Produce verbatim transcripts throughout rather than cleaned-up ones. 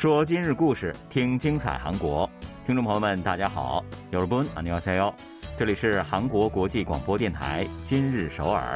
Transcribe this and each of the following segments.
说今日故事，听精彩韩国。听众朋友们，大家好，여러분 안녕하세요，这里是韩国国际广播电台今日首尔。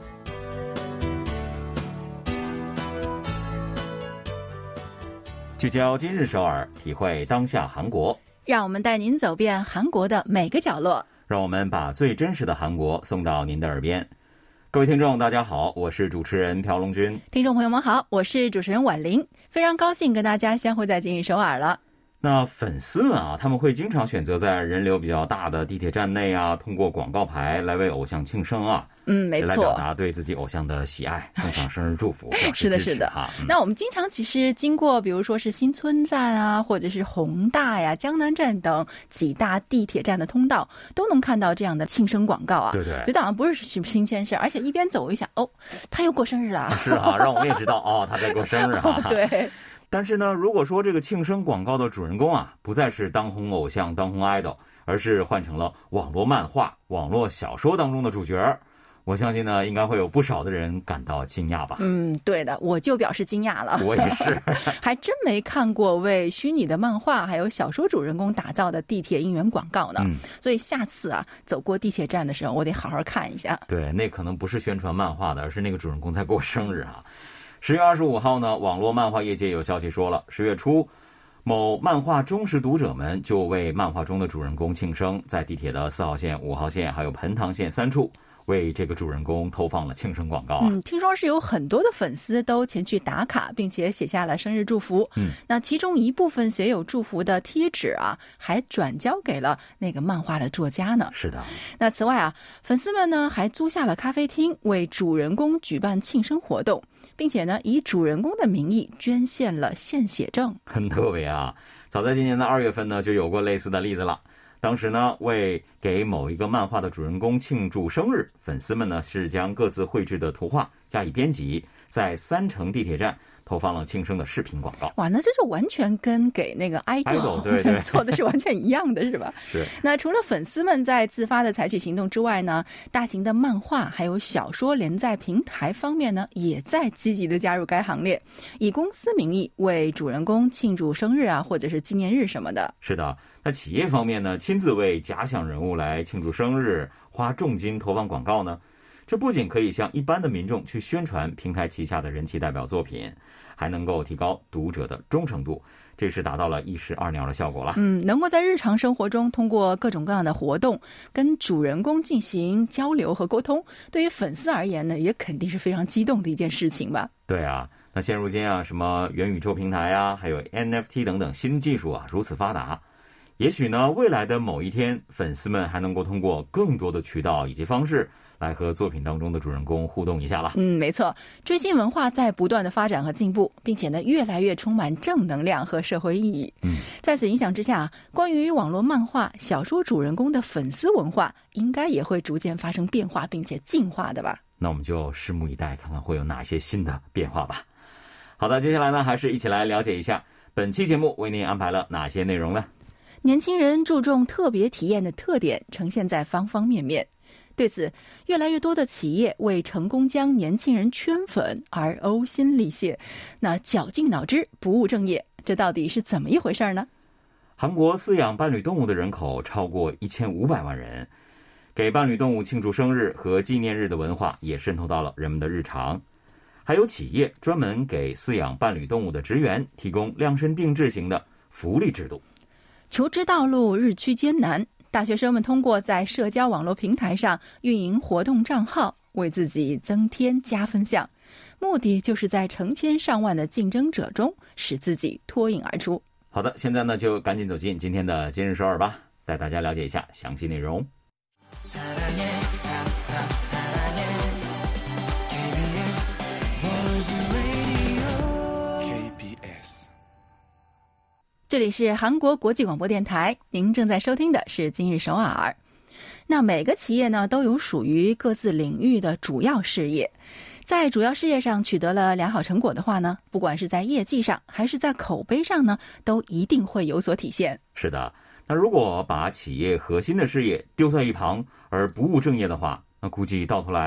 聚焦今日首尔，体会当下韩国， 让我们带您走遍韩国的每个角落， 让我们把最真实的韩国送到您的耳边。各位听众大家好，我是主持人朴龙君。 听众朋友们好，我是主持人婉玲，非常高兴跟大家相会在今日首尔了。 那粉丝们啊，他们会经常选择在人流比较大的地铁站内啊，通过广告牌来为偶像庆生啊。 嗯，没错， 来表达对自己偶像的喜爱，送上生日祝福，表示支持。 是的，是的。嗯、那我们经常其实经过，比如说是新村站啊，或者是弘大呀、江南站等几大地铁站的通道，都能看到这样的庆生广告啊。 对对， 这当然不是新鲜事，而且一边走一下，哦，他又过生日了。 是啊，让我们也知道哦，他在过生日啊。 对。 但是呢，如果说这个庆生广告的主人公啊，不再是当红偶像、当红 idol， 而是换成了网络漫画、网络小说当中的主角，我相信呢，应该会有不少的人感到惊讶吧。 嗯，对的，我就表示惊讶了。 我也是。 还真没看过为虚拟的漫画还有小说主人公打造的地铁应援广告呢。嗯，所以下次啊，走过地铁站的时候，我得好好看一下。 对，那可能不是宣传漫画的，而是那个主人公在过生日啊。十月二十五号呢，网络漫画业界有消息说了，十月初，某漫画忠实读者们就为漫画中的主人公庆生，在地铁的四号线、五号线还有盆塘线三处为这个主人公投放了庆生广告啊。 嗯，听说是有很多的粉丝都前去打卡，并且写下了生日祝福。嗯，那其中一部分写有祝福的贴纸啊，还转交给了那个漫画的作家呢。 是的。 那此外啊，粉丝们呢还租下了咖啡厅，为主人公举办庆生活动，并且呢以主人公的名义捐献了献血证。 很特别啊！早在今年的二月份呢，就有过类似的例子了。当时呢，为给某一个漫画的主人公庆祝生日，粉丝们呢是将各自绘制的图画加以编辑，在三城地铁站投放了庆生的视频广告。 哇，那这就完全跟给那个 idol 对对做的是完全一样的，是吧？ 是。 那除了粉丝们在自发的采取行动之外呢，大型的漫画还有小说连载平台方面呢，也在积极的加入该行列，以公司名义为主人公庆祝生日啊，或者是纪念日什么的。 是的。那企业方面呢，亲自为假想人物来庆祝生日，花重金投放广告呢，这不仅可以向一般的民众去宣传平台旗下的人气代表作品，还能够提高读者的忠诚度，这是达到了一石二鸟的效果了。 嗯，能够在日常生活中通过各种各样的活动跟主人公进行交流和沟通，对于粉丝而言呢，也肯定是非常激动的一件事情吧。 对啊，那现如今啊，什么元宇宙平台啊，还有 N F T 等等新技术啊，如此发达，也许呢，未来的某一天，粉丝们还能够通过更多的渠道以及方式来和作品当中的主人公互动一下了。 嗯，没错，追星文化在不断的发展和进步，并且呢，越来越充满正能量和社会意义。嗯，在此影响之下，关于网络漫画、小说主人公的粉丝文化，应该也会逐渐发生变化，并且进化的吧？ 那我们就拭目以待，看看会有哪些新的变化吧。好的，接下来呢，还是一起来了解一下本期节目为您安排了哪些内容呢？ 年轻人注重特别体验的特点呈现在方方面面。对此，越来越多的企业为成功将年轻人圈粉而呕心沥血，那绞尽脑汁不务正业，这到底是怎么一回事呢？ 韩国饲养伴侣动物的人口超过一千五百万人，给伴侣动物庆祝生日和纪念日的文化也渗透到了人们的日常。还有企业专门给饲养伴侣动物的职员提供量身定制型的福利制度。 求职道路日趋艰难，大学生们通过在社交网络平台上运营活动账号，为自己增添加分项，目的就是在成千上万的竞争者中使自己脱颖而出。 好的，现在呢就赶紧走进今天的今日首尔吧，带大家了解一下详细内容。 这里是韩国国际广播电台，您正在收听的是今日首尔。那每个企业呢都有属于各自领域的主要事业，在主要事业上取得了良好成果的话呢，不管是在业绩上还是在口碑上呢，都一定会有所体现。 是的，那如果把企业核心的事业丢在一旁而不务正业的话，那估计到头来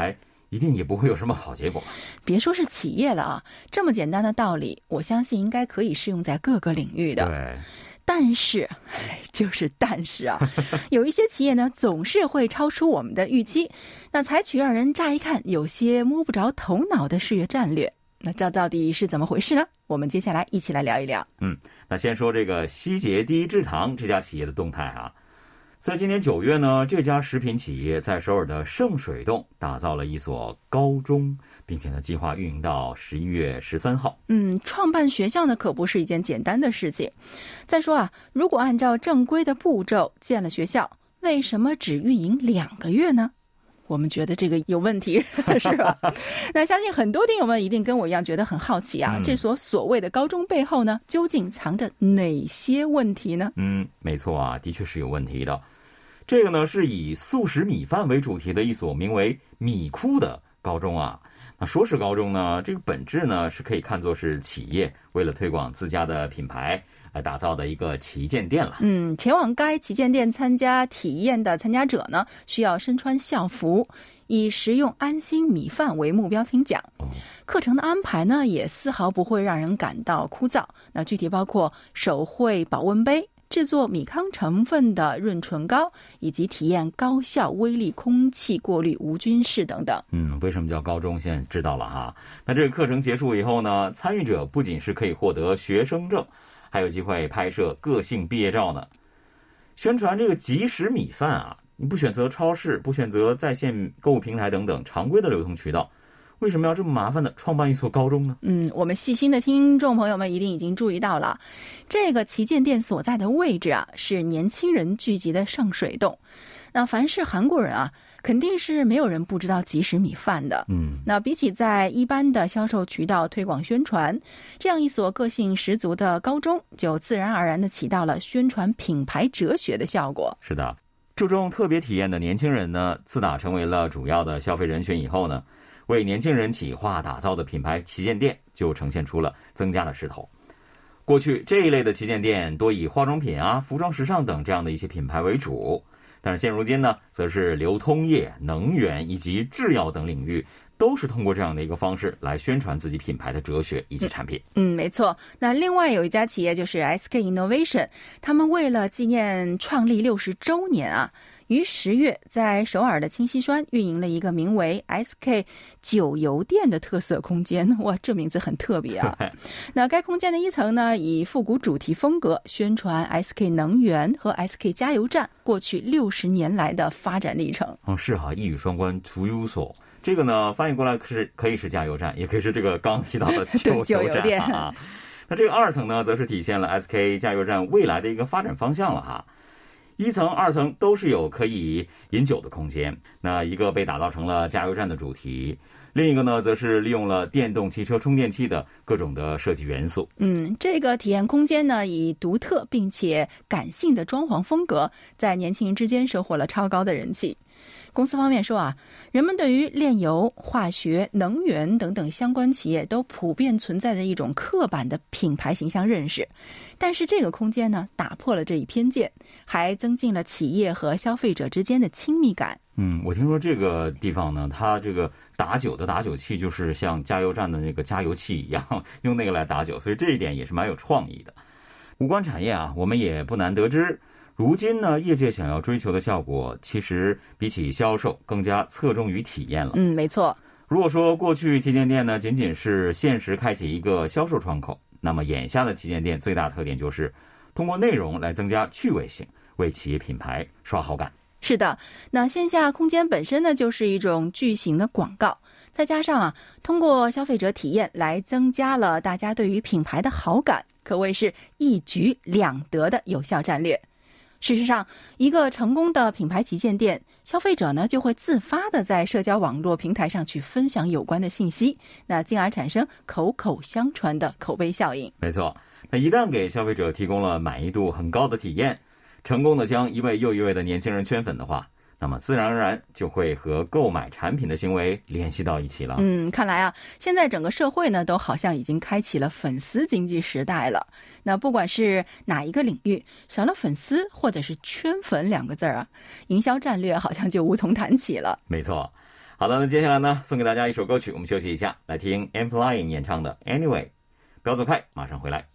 一定也不会有什么好结果。 别说是企业了啊，这么简单的道理，我相信应该可以适用在各个领域的。 对。 但是，就是但是啊，有一些企业呢，总是会超出我们的预期，那采取让人乍一看有些摸不着头脑的事业战略。那这到底是怎么回事呢？我们接下来一起来聊一聊。 嗯，那先说这个希捷第一制糖这家企业的动态啊。在今年九月呢，这家食品企业在首尔的圣水洞打造了一所高中，并且呢，计划运营到十一月十三号。 嗯，创办学校呢，可不是一件简单的事情。再说啊，如果按照正规的步骤建了学校，为什么只运营两个月呢？我们觉得这个有问题，是吧？那相信很多听友们一定跟我一样觉得很好奇啊，嗯、这所所谓的高中背后呢，究竟藏着哪些问题呢？ 嗯，没错啊，的确是有问题的。这个呢，是以速食米饭为主题的一所名为米库的高中啊。那说是高中呢，这个本质呢是可以看作是企业为了推广自家的品牌来打造的一个旗舰店了。 嗯，前往该旗舰店参加体验的参加者呢，需要身穿校服，以食用安心米饭为目标听讲。课程的安排呢，也丝毫不会让人感到枯燥。那具体包括手绘保温杯、制作米糠成分的润唇膏，以及体验高效微粒空气过滤无菌室等等。 嗯，为什么叫高中？现在知道了哈。那这个课程结束以后呢，参与者不仅是可以获得学生证，还有机会拍摄个性毕业照呢。宣传这个即食米饭啊，你不选择超市，不选择在线购物平台等等常规的流通渠道，为什么要这么麻烦的创办一所高中呢？ 嗯，我们细心的听众朋友们一定已经注意到了，这个旗舰店所在的位置啊，是年轻人聚集的圣水洞。那凡是韩国人啊，肯定是没有人不知道即食米饭的。 嗯， 那比起在一般的销售渠道推广宣传，这样一所个性十足的高中，就自然而然的起到了宣传品牌哲学的效果。 是的，注重特别体验的年轻人呢，自打成为了主要的消费人群以后呢，为年轻人企划打造的品牌旗舰店就呈现出了增加的势头。过去这一类的旗舰店多以化妆品啊、服装时尚等这样的一些品牌为主，但是现如今呢，则是流通业、能源以及制药等领域都是通过这样的一个方式来宣传自己品牌的哲学以及产品。 嗯，没错。那另外有一家企业就是 S K Innovation， 他们为了纪念创立六十周年啊，于十月在首尔的清溪川运营了一个名为 S K 九油店的特色空间。哇，这名字很特别啊。那该空间的一层呢，以复古主题风格宣传 S K 能源和 S K 加油站过去六十年来的发展历程。 嗯，是哈、啊，一语双关，足有所。这个呢，翻译过来是可以是加油站，也可以是这个刚提到的九油站啊。那这个二层呢，则是体现了 S K 加油站未来的一个发展方向了哈。一层、二层都是有可以饮酒的空间，那一个被打造成了加油站的主题，另一个呢，则是利用了电动汽车充电器的各种的设计元素。 嗯，这个体验空间呢，以独特并且感性的装潢风格，在年轻人之间收获了超高的人气。公司方面说啊，人们对于炼油、化学、能源等等相关企业都普遍存在着一种刻板的品牌形象认识，但是这个空间呢，打破了这一偏见，还增进了企业和消费者之间的亲密感。 嗯，我听说这个地方呢，它这个打酒的打酒器就是像加油站的那个加油器一样，用那个来打酒，所以这一点也是蛮有创意的。无关产业啊，我们也不难得知，如今呢，业界想要追求的效果，其实比起销售更加侧重于体验了。 嗯，没错。 如果说过去旗舰店呢，仅仅是限时开启一个销售窗口，那么眼下的旗舰店最大特点就是通过内容来增加趣味性，为企业品牌刷好感。 是的，那线下空间本身呢，就是一种巨型的广告，再加上啊，通过消费者体验来增加了大家对于品牌的好感，可谓是一举两得的有效战略。事实上，一个成功的品牌旗舰店，消费者呢就会自发的在社交网络平台上去分享有关的信息，那进而产生口口相传的口碑效应。 没错，那一旦给消费者提供了满意度很高的体验，成功的将一位又一位的年轻人圈粉的话，那么自然而然就会和购买产品的行为联系到一起了。 嗯，看来啊，现在整个社会呢，都好像已经开启了粉丝经济时代了。那不管是哪一个领域，少了粉丝或者是圈粉两个字啊，营销战略好像就无从谈起了。 没错， 好的，那接下来呢，送给大家一首歌曲，我们休息一下，来听 M Flying 演唱的 Anyway。 不要走开，马上回来。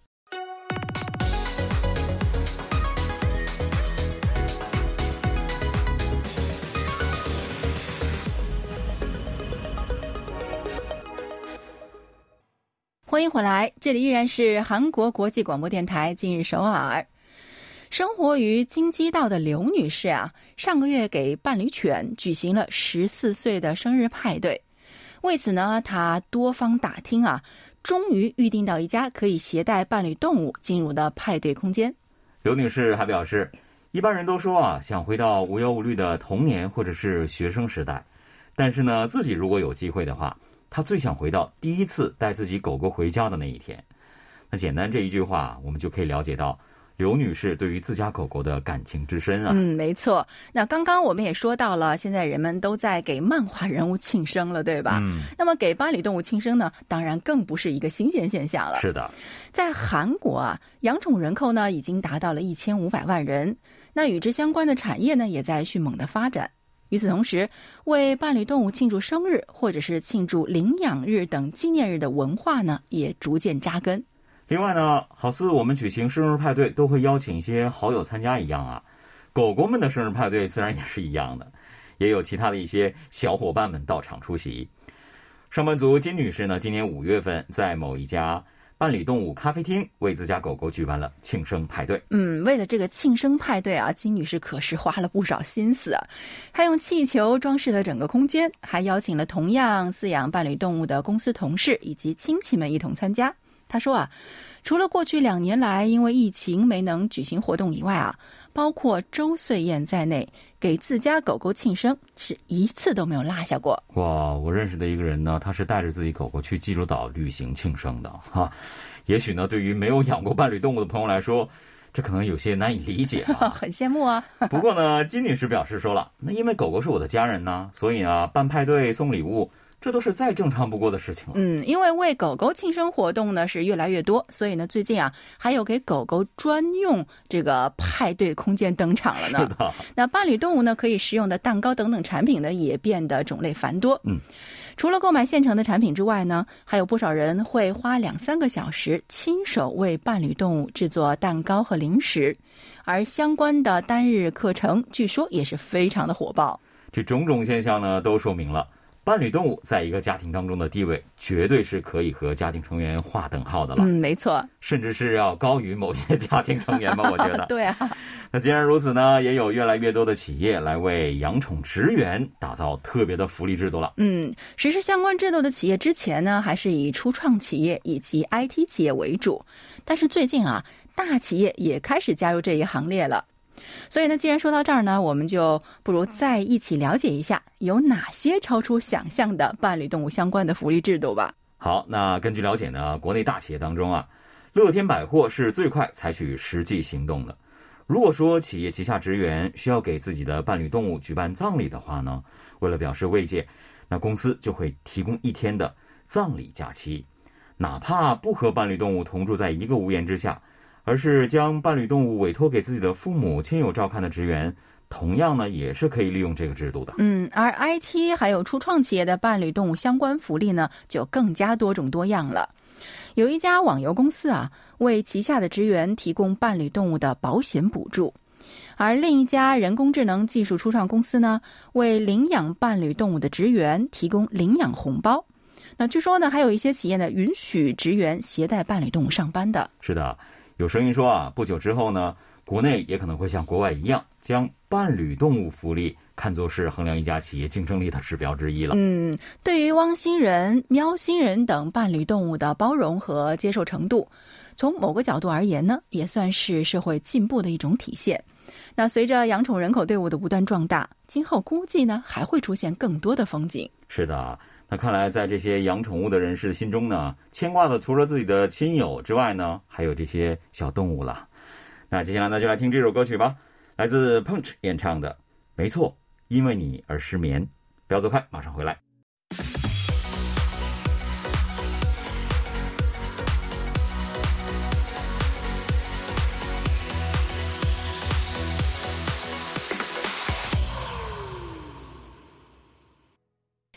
欢迎回来，这里依然是韩国国际广播电台今日首尔。生活于京畿道的刘女士啊，上个月给伴侣犬举行了十四岁的生日派对。为此呢，她多方打听啊，终于预定到一家可以携带伴侣动物进入的派对空间。 刘女士还表示，一般人都说啊，想回到无忧无虑的童年或者是学生时代，但是呢，自己如果有机会的话，她最想回到第一次带自己狗狗回家的那一天。那简单这一句话，我们就可以了解到刘女士对于自家狗狗的感情之深啊。 嗯，没错。那刚刚我们也说到了，现在人们都在给漫画人物庆生了，对吧？ 嗯。 那么给伴侣动物庆生呢，当然更不是一个新鲜现象了。 是的。 在韩国啊，养宠人口呢已经达到了一千五百万人，那与之相关的产业呢也在迅猛的发展。与此同时，为伴侣动物庆祝生日或者是庆祝领养日等纪念日的文化呢，也逐渐扎根。 另外呢，好似我们举行生日派对都会邀请一些好友参加一样啊，狗狗们的生日派对自然也是一样的，也有其他的一些小伙伴们到场出席。上班族金女士呢，今年五月份在某一家伴侣动物咖啡厅为自家狗狗举办了庆生派对。 嗯，为了这个庆生派对啊，金女士可是花了不少心思啊。她用气球装饰了整个空间，还邀请了同样饲养伴侣动物的公司同事以及亲戚们一同参加。她说啊，除了过去两年来因为疫情没能举行活动以外啊，包括周岁宴在内，给自家狗狗庆生是一次都没有落下过。 哇，我认识的一个人呢，他是带着自己狗狗去济州岛旅行庆生的哈。也许呢，对于没有养过伴侣动物的朋友来说，这可能有些难以理解啊。 很羡慕啊。 不过呢，金女士表示说了，那因为狗狗是我的家人呢，所以呢，办派对送礼物，这都是再正常不过的事情了。 嗯，因为为狗狗庆生活动呢是越来越多，所以呢，最近啊还有给狗狗专用这个派对空间登场了呢。 是的。 那伴侣动物呢可以食用的蛋糕等等产品呢也变得种类繁多。 嗯， 除了购买现成的产品之外呢，还有不少人会花两三个小时亲手为伴侣动物制作蛋糕和零食，而相关的单日课程据说也是非常的火爆。 这种种现象呢，都说明了伴侣动物在一个家庭当中的地位绝对是可以和家庭成员划等号的了。 嗯，没错， 甚至是要高于某些家庭成员吧，我觉得。 对啊。 那既然如此呢，也有越来越多的企业来为养宠职员打造特别的福利制度了。 嗯，实施相关制度的企业之前呢，还是以初创企业以及 I T 企业为主，但是最近啊，大企业也开始加入这一行列了。所以呢，既然说到这儿呢，我们就不如再一起了解一下有哪些超出想象的伴侣动物相关的福利制度吧。 好，那根据了解呢，国内大企业当中啊，乐天百货是最快采取实际行动的。如果说企业旗下职员需要给自己的伴侣动物举办葬礼的话呢，为了表示慰藉，那公司就会提供一天的葬礼假期，哪怕不和伴侣动物同住在一个屋檐之下，而是将伴侣动物委托给自己的父母亲友照看的职员，同样呢也是可以利用这个制度的。 嗯，而 I T 还有初创企业的伴侣动物相关福利呢，就更加多种多样了。有一家网游公司啊，为旗下的职员提供伴侣动物的保险补助，而另一家人工智能技术初创公司呢，为领养伴侣动物的职员提供领养红包。那据说呢，还有一些企业呢，允许职员携带伴侣动物上班的。 是的，有声音说啊，不久之后呢，国内也可能会像国外一样，将伴侣动物福利看作是衡量一家企业竞争力的指标之一了。 嗯，对于汪星人、喵星人等伴侣动物的包容和接受程度，从某个角度而言呢，也算是社会进步的一种体现。那随着养宠人口队伍的不断壮大，今后估计呢还会出现更多的风景。 是的，那看来在这些养宠物的人士心中呢，牵挂的除了自己的亲友之外呢，还有这些小动物了。那接下来呢，就来听这首歌曲吧，来自 Punch 演唱的《没错，因为你而失眠》。不要走开，马上回来。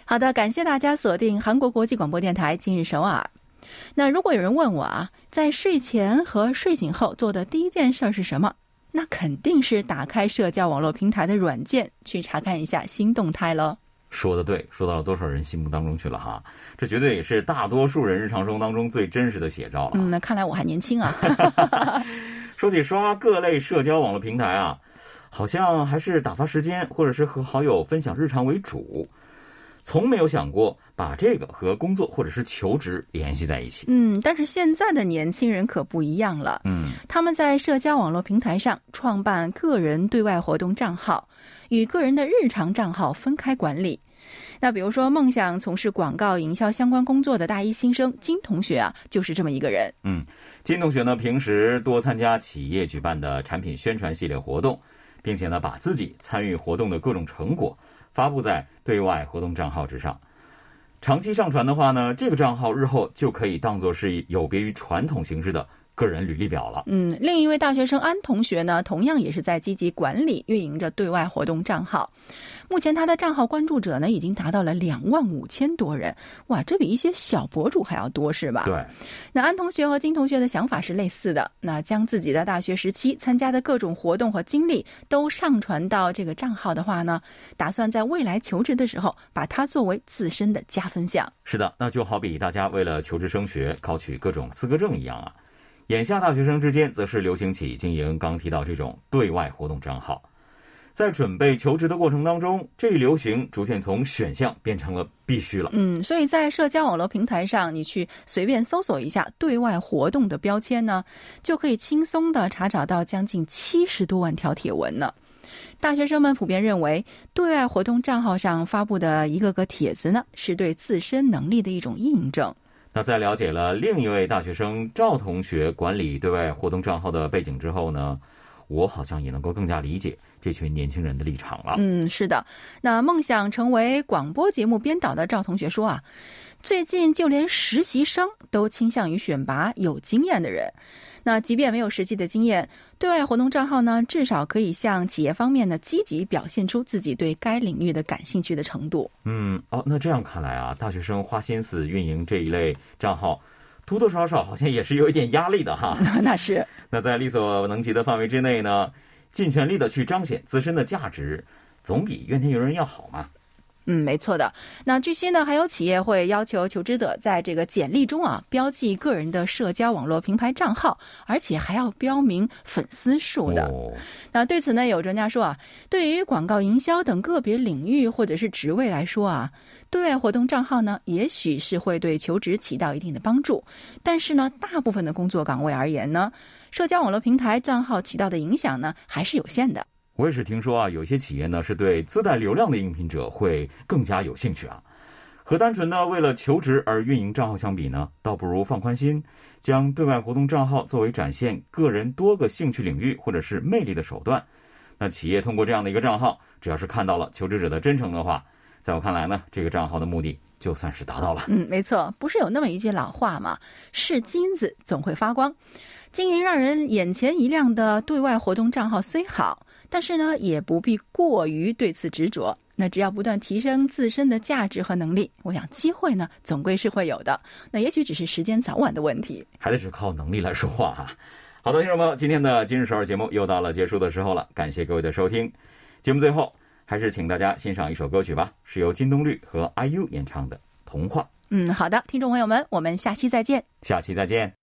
好的，感谢大家锁定韩国国际广播电台今日首尔。那如果有人问我啊，在睡前和睡醒后做的第一件事是什么？那肯定是打开社交网络平台的软件，去查看一下新动态了。 说的对，说到了多少人心目当中去了哈，这绝对也是大多数人日常生活当中最真实的写照了。 嗯，那看来我还年轻啊。 说起刷各类社交网络平台啊，好像还是打发时间或者是和好友分享日常为主，从没有想过把这个和工作或者是求职联系在一起。 嗯，但是现在的年轻人可不一样了。 嗯， 他们在社交网络平台上创办个人对外活动账号，与个人的日常账号分开管理。那比如说梦想从事广告营销相关工作的大一新生金同学啊，就是这么一个人。 嗯，金同学呢，平时多参加企业举办的产品宣传系列活动，并且呢，把自己参与活动的各种成果发布在对外活动账号之上。长期上传的话呢，这个账号日后就可以当作是有别于传统形式的个人履历表了。 嗯，另一位大学生安同学呢，同样也是在积极管理运营着对外活动账号。目前他的账号关注者呢，已经达到了两万五千多人。哇，这比一些小博主还要多，是吧？ 对。 那安同学和金同学的想法是类似的，那将自己的大学时期参加的各种活动和经历都上传到这个账号的话呢，打算在未来求职的时候把它作为自身的加分项。 是的，那就好比大家为了求职升学考取各种资格证一样啊。眼下大学生之间则是流行起经营刚提到这种对外活动账号。在准备求职的过程当中，这一流行逐渐从选项变成了必须了。 嗯，所以在社交网络平台上，你去随便搜索一下对外活动的标签呢，就可以轻松的查找到将近七十多万条帖文呢。大学生们普遍认为，对外活动账号上发布的一个个帖子呢，是对自身能力的一种印证。 那在了解了另一位大学生赵同学管理对外活动账号的背景之后呢，我好像也能够更加理解这群年轻人的立场了。 嗯，是的。那梦想成为广播节目编导的赵同学说啊，最近就连实习生都倾向于选拔有经验的人。那即便没有实际的经验，对外活动账号呢，至少可以向企业方面呢积极表现出自己对该领域的感兴趣的程度。 嗯，哦，那这样看来啊，大学生花心思运营这一类账号，多多少少好像也是有一点压力的哈。 那是。 那在力所能及的范围之内呢，尽全力的去彰显自身的价值，总比怨天尤人要好嘛。 嗯，没错的。那据悉呢，还有企业会要求求职者在这个简历中啊标记个人的社交网络平台账号，而且还要标明粉丝数的。 哦、 那对此呢，有专家说啊，对于广告营销等个别领域或者是职位来说啊，对外活动账号呢，也许是会对求职起到一定的帮助，但是呢，大部分的工作岗位而言呢，社交网络平台账号起到的影响呢，还是有限的。 我也是听说啊，有些企业呢是对自带流量的应聘者会更加有兴趣啊。和单纯的为了求职而运营账号相比呢，倒不如放宽心，将对外活动账号作为展现个人多个兴趣领域或者是魅力的手段。那企业通过这样的一个账号，只要是看到了求职者的真诚的话，在我看来呢，这个账号的目的就算是达到了。 嗯，没错，不是有那么一句老话吗？是金子总会发光。经营让人眼前一亮的对外活动账号虽好，但是呢，也不必过于对此执着。那只要不断提升自身的价值和能力，我想机会呢，总归是会有的。那也许只是时间早晚的问题， 还得是靠能力来说话哈。好的，听众朋友，今天的今日首尔节目又到了结束的时候了，感谢各位的收听。节目最后，还是请大家欣赏一首歌曲吧，是由金东律和 I U 演唱的《童话》。 嗯，好的，听众朋友们，我们下期再见。 下期再见。